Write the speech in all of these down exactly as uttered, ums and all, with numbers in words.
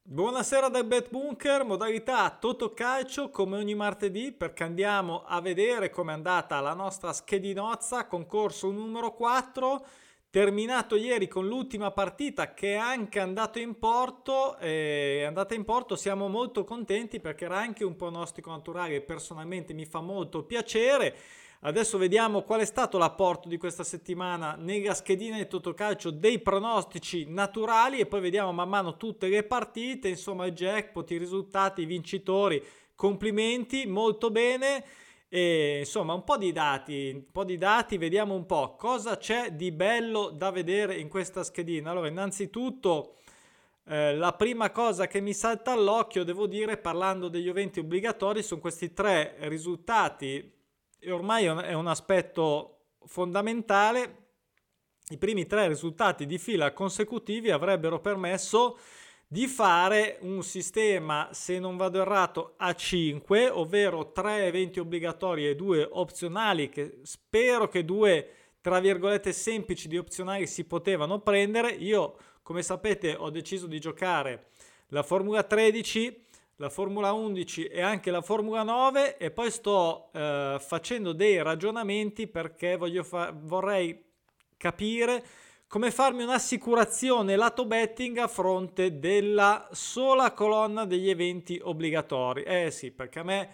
Buonasera dal Bet Bunker, modalità Totocalcio come ogni martedì perché andiamo a vedere come è andata la nostra schedinozza, concorso numero quattro, terminato ieri con l'ultima partita che è anche andato in porto, è andata in porto, siamo molto contenti perché era anche un pronostico naturale e personalmente mi fa molto piacere. Adesso vediamo qual è stato l'apporto di questa settimana nella schedina di Totocalcio dei pronostici naturali e poi vediamo man mano tutte le partite, insomma il jackpot, i risultati, i vincitori, complimenti, molto bene. E insomma un po' di dati, un po' di dati, vediamo un po' cosa c'è di bello da vedere in questa schedina. Allora, innanzitutto eh, la prima cosa che mi salta all'occhio, devo dire, parlando degli eventi obbligatori, sono questi tre risultati e ormai è un aspetto fondamentale. I primi tre risultati di fila consecutivi avrebbero permesso di fare un sistema, se non vado errato, a cinque, ovvero tre eventi obbligatori e due opzionali, che spero che due, tra virgolette, semplici di opzionali si potevano prendere. Io, come sapete, ho deciso di giocare la Formula tredici, la Formula undici e anche la Formula nove e poi sto eh, facendo dei ragionamenti perché voglio fa- vorrei capire come farmi un'assicurazione lato betting a fronte della sola colonna degli eventi obbligatori. Eh sì, perché a me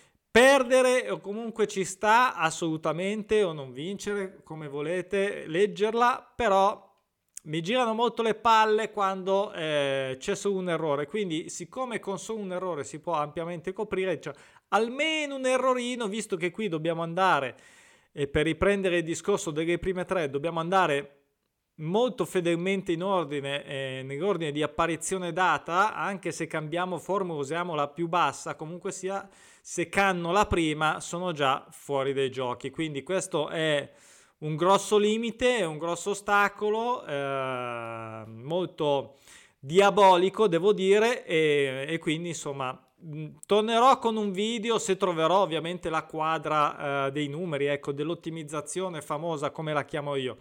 perdere o comunque ci sta assolutamente, o non vincere, come volete leggerla, però mi girano molto le palle quando eh, c'è solo un errore. Quindi, siccome con solo un errore si può ampiamente coprire, cioè, almeno un errorino, visto che qui dobbiamo andare, e per riprendere il discorso delle prime tre, dobbiamo andare molto fedelmente in ordine, eh, nell'ordine di apparizione data, anche se cambiamo formula, usiamo la più bassa, comunque sia, se canno la prima sono già fuori dai giochi. Quindi questo è un grosso limite, un grosso ostacolo, eh, molto diabolico devo dire, e, e quindi insomma tornerò con un video se troverò ovviamente la quadra eh, dei numeri, ecco, dell'ottimizzazione famosa come la chiamo io.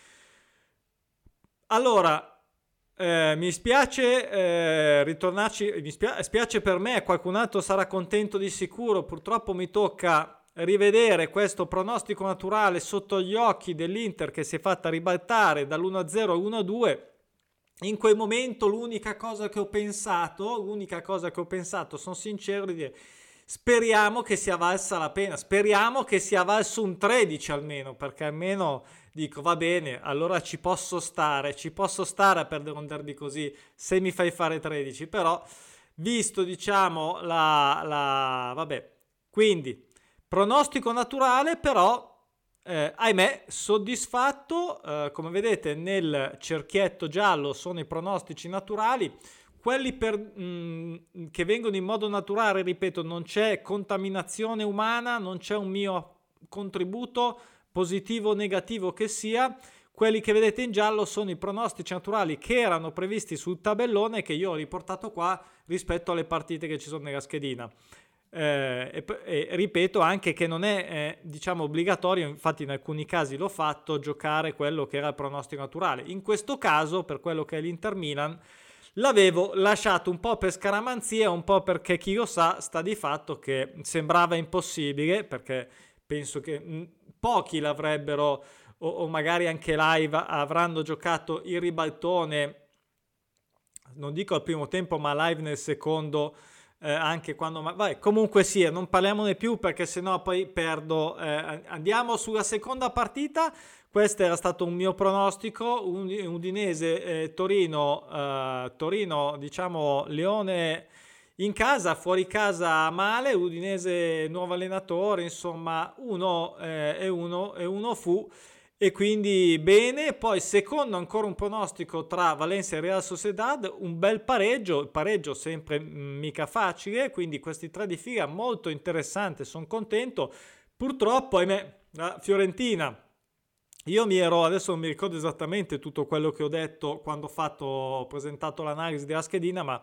Allora, eh, mi spiace eh, ritornarci, mi spia- spiace per me, qualcun altro sarà contento di sicuro, purtroppo mi tocca rivedere questo pronostico naturale sotto gli occhi dell'Inter che si è fatta ribaltare dall'uno a zero all'uno a due. In quel momento l'unica cosa che ho pensato, l'unica cosa che ho pensato, sono sincero di dire, speriamo che sia valsa la pena, speriamo che sia valso un tredici almeno, perché almeno dico va bene, allora ci posso stare, ci posso stare a perdere un derby così se mi fai fare tredici, però visto diciamo la, la vabbè, quindi pronostico naturale, però eh, ahimè soddisfatto, eh, come vedete nel cerchietto giallo sono i pronostici naturali, quelli per, mh, che vengono in modo naturale, ripeto, non c'è contaminazione umana, non c'è un mio contributo positivo o negativo che sia. Quelli che vedete in giallo sono i pronostici naturali che erano previsti sul tabellone che io ho riportato qua rispetto alle partite che ci sono nella schedina. Eh, e, e ripeto anche che non è eh, diciamo obbligatorio, infatti in alcuni casi l'ho fatto, giocare quello che era il pronostico naturale. In questo caso, per quello che è l'Inter Milan, l'avevo lasciato un po' per scaramanzia, un po' perché chi lo sa sta di fatto che sembrava impossibile, perché penso che mh, pochi l'avrebbero o, o magari anche live avranno giocato il ribaltone, non dico al primo tempo ma live nel secondo, eh, anche quando ma vai, comunque sia, non parliamone più perché sennò poi perdo. Eh, andiamo sulla seconda partita. Questo era stato un mio pronostico, un Udinese eh, Torino, eh, Torino diciamo Leone in casa, fuori casa male, Udinese nuovo allenatore, insomma uno eh, e uno e uno fu e quindi bene. Poi secondo ancora un pronostico tra Valencia e Real Sociedad, un bel pareggio, il pareggio sempre mh, mica facile, quindi questi tre di fila molto interessante, sono contento. Purtroppo ahimè la Fiorentina, io mi ero, adesso non mi ricordo esattamente tutto quello che ho detto quando ho fatto, ho presentato l'analisi della schedina, ma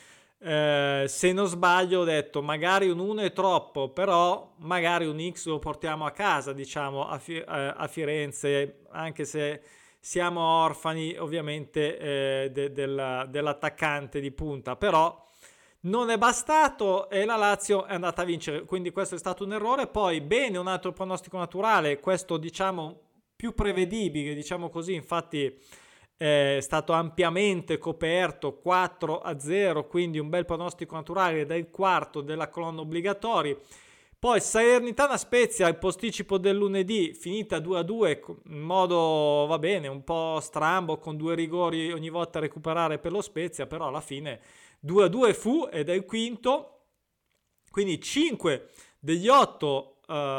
eh, se non sbaglio ho detto magari un uno è troppo, però magari un X lo portiamo a casa, diciamo, a, Fi- eh, a Firenze, anche se siamo orfani ovviamente eh, de- del- dell'attaccante di punta, però non è bastato e la Lazio è andata a vincere, quindi questo è stato un errore. Poi bene, un altro pronostico naturale, questo diciamo più prevedibile, diciamo così, infatti è stato ampiamente coperto, quattro a zero, quindi un bel pronostico naturale del quarto della colonna obbligatori. Poi Salernitana Spezia, il posticipo del lunedì, finita due a due in modo, va bene, un po' strambo, con due rigori ogni volta a recuperare per lo Spezia, però alla fine due a due fu ed è il quinto, quindi cinque degli otto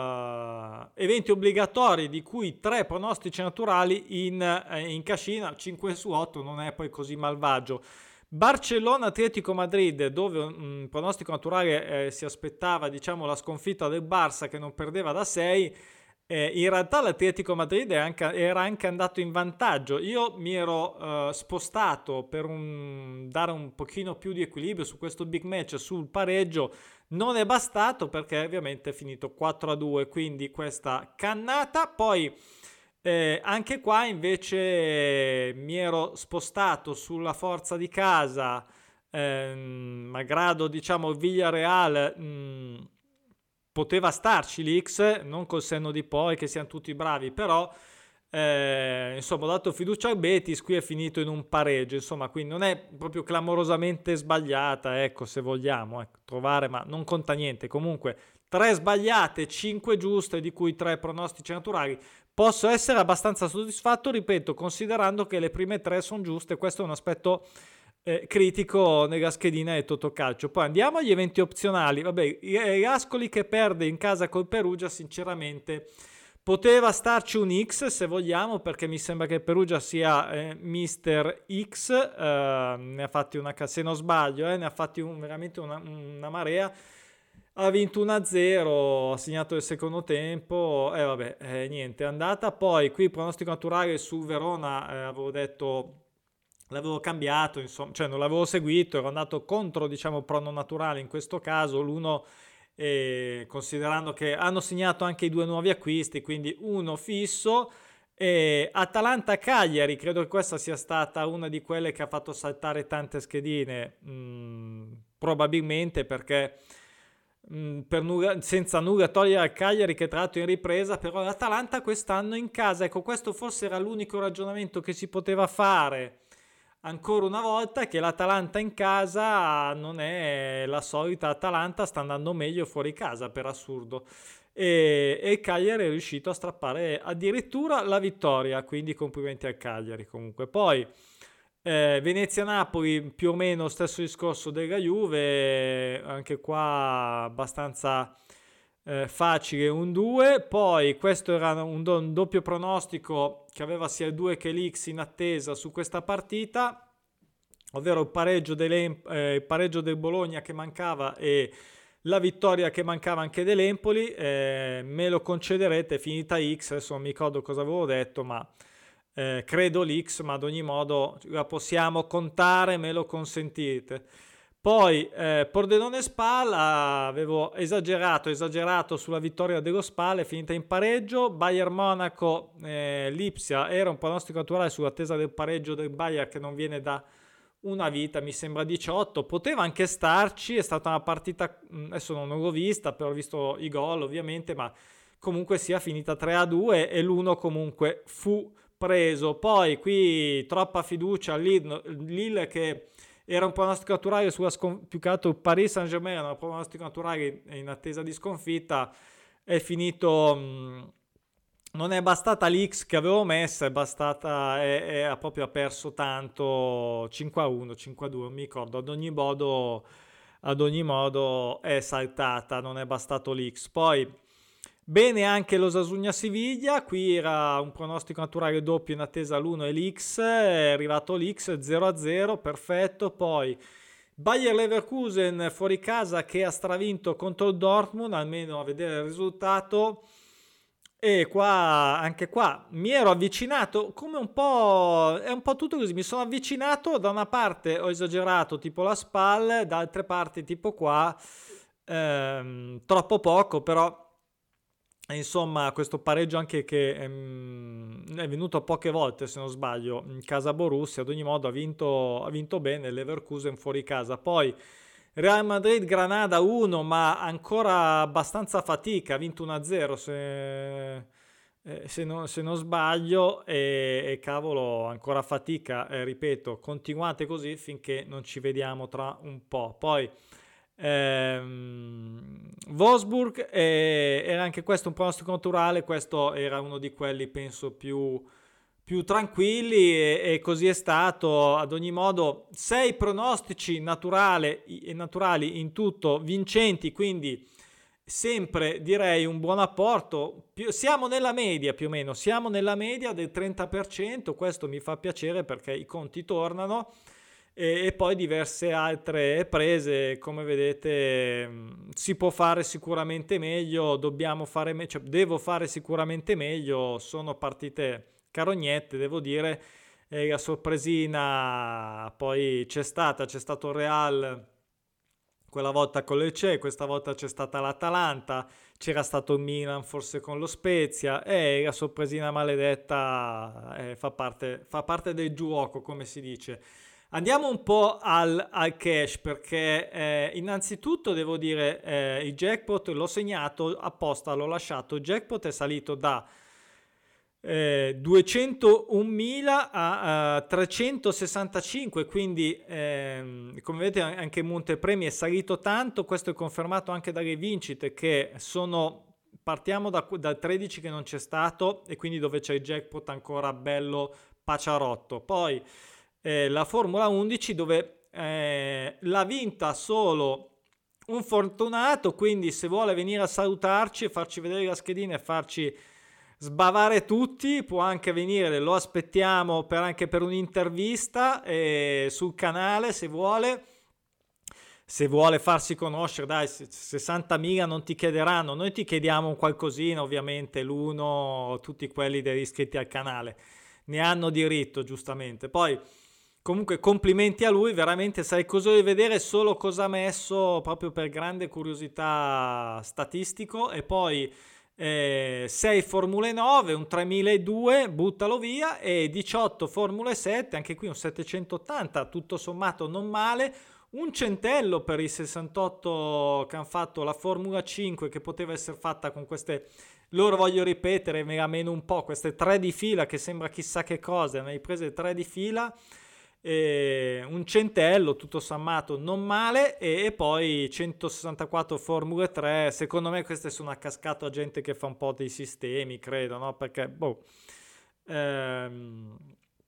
uh, eventi obbligatori, di cui tre pronostici naturali in, eh, in cascina, cinque su otto non è poi così malvagio. Barcellona Atletico Madrid, dove un pronostico naturale eh, si aspettava, diciamo, la sconfitta del Barça che non perdeva da sei. Eh, in realtà l'Atletico Madrid è anche, era anche andato in vantaggio. Io mi ero eh, spostato per un, dare un pochino più di equilibrio su questo big match sul pareggio. Non è bastato perché ovviamente è finito quattro a due, quindi questa cannata. Poi eh, anche qua invece mi ero spostato sulla forza di casa, ehm, malgrado diciamo il Villarreal mh, poteva starci l'X, non col senno di poi che siano tutti bravi, però eh, insomma ho dato fiducia al Betis, qui è finito in un pareggio, insomma, quindi non è proprio clamorosamente sbagliata, ecco, se vogliamo ecco, trovare, ma non conta niente. Comunque tre sbagliate, cinque giuste, di cui tre pronostici naturali. Posso essere abbastanza soddisfatto, ripeto, considerando che le prime tre sono giuste. Questo è un aspetto eh, critico nella schedina di Totocalcio. Poi andiamo agli eventi opzionali. Vabbè, Ascoli che perde in casa col Perugia, sinceramente poteva starci un X se vogliamo, perché mi sembra che Perugia sia eh, mister X, eh, ne ha fatti una, se non sbaglio, eh, ne ha fatti un, veramente una, una marea. Ha vinto uno a zero, ha segnato il secondo tempo e eh, vabbè, eh, niente, è andata. Poi qui il pronostico naturale su Verona, eh, avevo detto, l'avevo cambiato, insomma, cioè non l'avevo seguito, ero andato contro, diciamo, prono naturale in questo caso, l'uno, eh, considerando che hanno segnato anche i due nuovi acquisti, quindi uno fisso. E Atalanta-Cagliari, credo che questa sia stata una di quelle che ha fatto saltare tante schedine, mh, probabilmente perché per nulla, senza nulla togliere al Cagliari che tra l'altro è in ripresa, però l'Atalanta quest'anno in casa, ecco, questo forse era l'unico ragionamento che si poteva fare ancora una volta, che l'Atalanta in casa non è la solita Atalanta, sta andando meglio fuori casa per assurdo, e, e il Cagliari è riuscito a strappare addirittura la vittoria, quindi complimenti al Cagliari. Comunque poi eh, Venezia-Napoli, più o meno stesso discorso della Juve, anche qua abbastanza eh, facile, un due. Poi questo era un, do- un doppio pronostico che aveva sia il due che l'X in attesa su questa partita, ovvero il pareggio, eh, il pareggio del Bologna che mancava e la vittoria che mancava anche dell'Empoli. Eh, me lo concederete, finita X, adesso non mi ricordo cosa avevo detto, ma eh, credo l'X, ma ad ogni modo la possiamo contare, me lo consentite. Poi eh, Pordenone Spal, avevo esagerato, esagerato sulla vittoria dello Spal, è finita in pareggio. Bayern Monaco, eh, Lipsia, era un pronostico naturale sull'attesa del pareggio del Bayern che non viene da una vita, mi sembra diciotto, poteva anche starci, è stata una partita, adesso non l'ho vista, però ho visto i gol ovviamente, ma comunque sia finita tre a due e l'uno comunque fu preso. Poi qui troppa fiducia a Lille, Lille che era un pronostico naturale sulla scon- più che altro Paris Saint-Germain era un pronostico naturale in attesa di sconfitta, è finito mh, non è bastata l'X che avevo messa, è bastata è, è proprio ha perso tanto, cinque a uno, cinque a due, non mi ricordo, ad ogni modo ad ogni modo è saltata, non è bastato l'X. Poi bene anche lo Sassuolo Siviglia, qui era un pronostico naturale doppio in attesa l'uno e l'X, è arrivato l'X zero a zero, perfetto. Poi Bayer Leverkusen fuori casa che ha stravinto contro il Dortmund, almeno a vedere il risultato. E qua, anche qua, mi ero avvicinato come un po', è un po' tutto così, mi sono avvicinato, da una parte ho esagerato tipo la Spal, da altre parti tipo qua, ehm, troppo poco, però E insomma, questo pareggio anche che ehm, è venuto poche volte, se non sbaglio, in casa Borussia. Ad ogni modo ha vinto, ha vinto bene Leverkusen fuori casa. Poi Real Madrid Granada uno, ma ancora abbastanza fatica, ha vinto uno a zero se, eh, se non, se non sbaglio, e, e cavolo, ancora fatica, eh, ripeto, continuate così finché non ci vediamo tra un po'. Poi ehm, Wolfsburg, eh, era anche questo un pronostico naturale, questo era uno di quelli penso più più tranquilli, e, e così è stato. Ad ogni modo, sei pronostici naturale, e naturali in tutto vincenti, quindi sempre direi un buon apporto. Più, siamo nella media più o meno, siamo nella media del trenta per cento, questo mi fa piacere perché i conti tornano. E, e poi diverse altre prese, come vedete, mh, si può fare sicuramente meglio, dobbiamo fare me- cioè, devo fare sicuramente meglio. Sono partite carognette, devo dire. E la sorpresina poi c'è stata, c'è stato il Real quella volta con l'Elche, questa volta c'è stata l'Atalanta, c'era stato il Milan forse con lo Spezia, e la sorpresina maledetta eh, fa parte, fa parte del gioco, come si dice. Andiamo un po' al, al cash, perché eh, innanzitutto devo dire eh, il jackpot l'ho segnato apposta, l'ho lasciato. Il jackpot è salito da eh, duecentounomila a, a trecentosessantacinque, quindi ehm, come vedete anche il montepremi è salito tanto. Questo è confermato anche dalle vincite, che sono, partiamo da, dal tredici che non c'è stato, e quindi dove c'è il jackpot ancora bello paciarotto. Poi eh, la Formula undici, dove eh, l'ha vinta solo un fortunato, quindi se vuole venire a salutarci e farci vedere la schedina e farci sbavare tutti, può anche venire, lo aspettiamo per, anche per un'intervista eh, sul canale, se vuole. Se vuole farsi conoscere, dai, sessantamila non ti chiederanno, noi ti chiediamo un qualcosina, ovviamente l'uno, tutti quelli degli iscritti al canale ne hanno diritto, giustamente. Poi comunque complimenti a lui, veramente sarei curioso di vedere solo cosa ha messo, proprio per grande curiosità statistico. E poi eh, sei Formule nove, un tremiladue, buttalo via, e diciotto Formule sette, anche qui un settecentottanta, tutto sommato non male. Un centello per i sessantotto che hanno fatto la Formula cinque, che poteva essere fatta con queste, loro voglio ripetere, me la meno un po', queste tre di fila che sembra chissà che cosa, ne hai prese tre di fila. E un centello tutto sommato non male. E, e poi centosessantaquattro Formule tre, secondo me queste sono a cascato a gente che fa un po' dei sistemi, credo, no? Perché boh, ehm,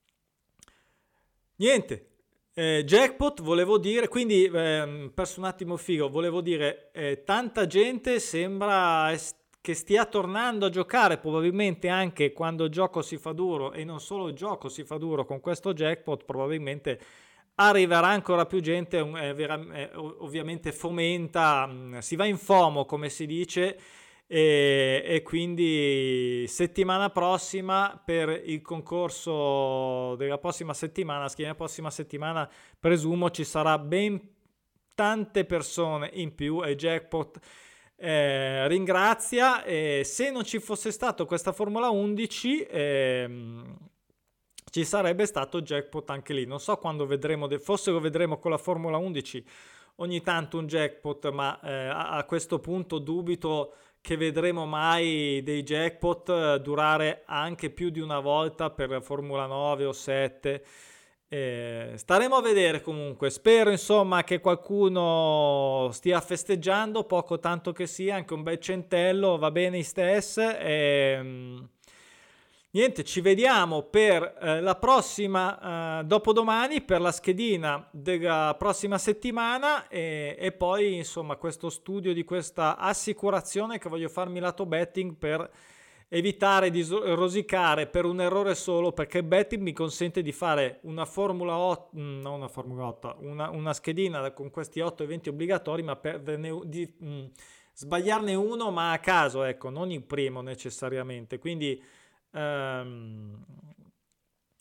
niente. Eh, jackpot volevo dire, quindi ehm, perso un attimo il figo, volevo dire eh, tanta gente sembra es- che stia tornando a giocare, probabilmente anche quando il gioco si fa duro, e non solo il gioco si fa duro con questo jackpot, probabilmente arriverà ancora più gente. un- è vera- è ov- ovviamente fomenta, mh, si va in FOMO come si dice. E, e quindi settimana prossima, per il concorso della prossima settimana, scheda prossima settimana, presumo ci sarà ben tante persone in più, e jackpot eh, ringrazia. E se non ci fosse stato questa Formula undici ehm, ci sarebbe stato jackpot anche lì. Non so quando vedremo, de- forse lo vedremo con la Formula undici ogni tanto un jackpot, ma eh, a, a questo punto dubito che vedremo mai dei jackpot eh, durare anche più di una volta per Formula nove o sette. Eh, staremo a vedere comunque. Spero insomma che qualcuno stia festeggiando, poco tanto che sia, anche un bel centello va bene istess. E, niente, ci vediamo per eh, la prossima, eh, dopodomani, per la schedina della prossima settimana. E, e poi insomma questo studio di questa assicurazione che voglio farmi lato betting, per evitare di rosicare per un errore solo, perché il betting mi consente di fare una Formula otto, no, una Formula otto, una, una schedina con questi otto eventi obbligatori, ma per di, mh, sbagliarne uno ma a caso, ecco, non il primo necessariamente. Quindi ehm,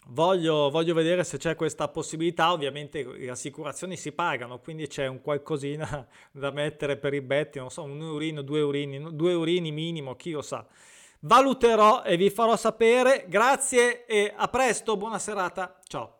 Voglio, voglio vedere se c'è questa possibilità. Ovviamente le assicurazioni si pagano, quindi c'è un qualcosina da mettere per i betti, non so, un eurino, due eurini, due eurini minimo, chi lo sa. Valuterò e vi farò sapere. Grazie e a presto, buona serata, ciao.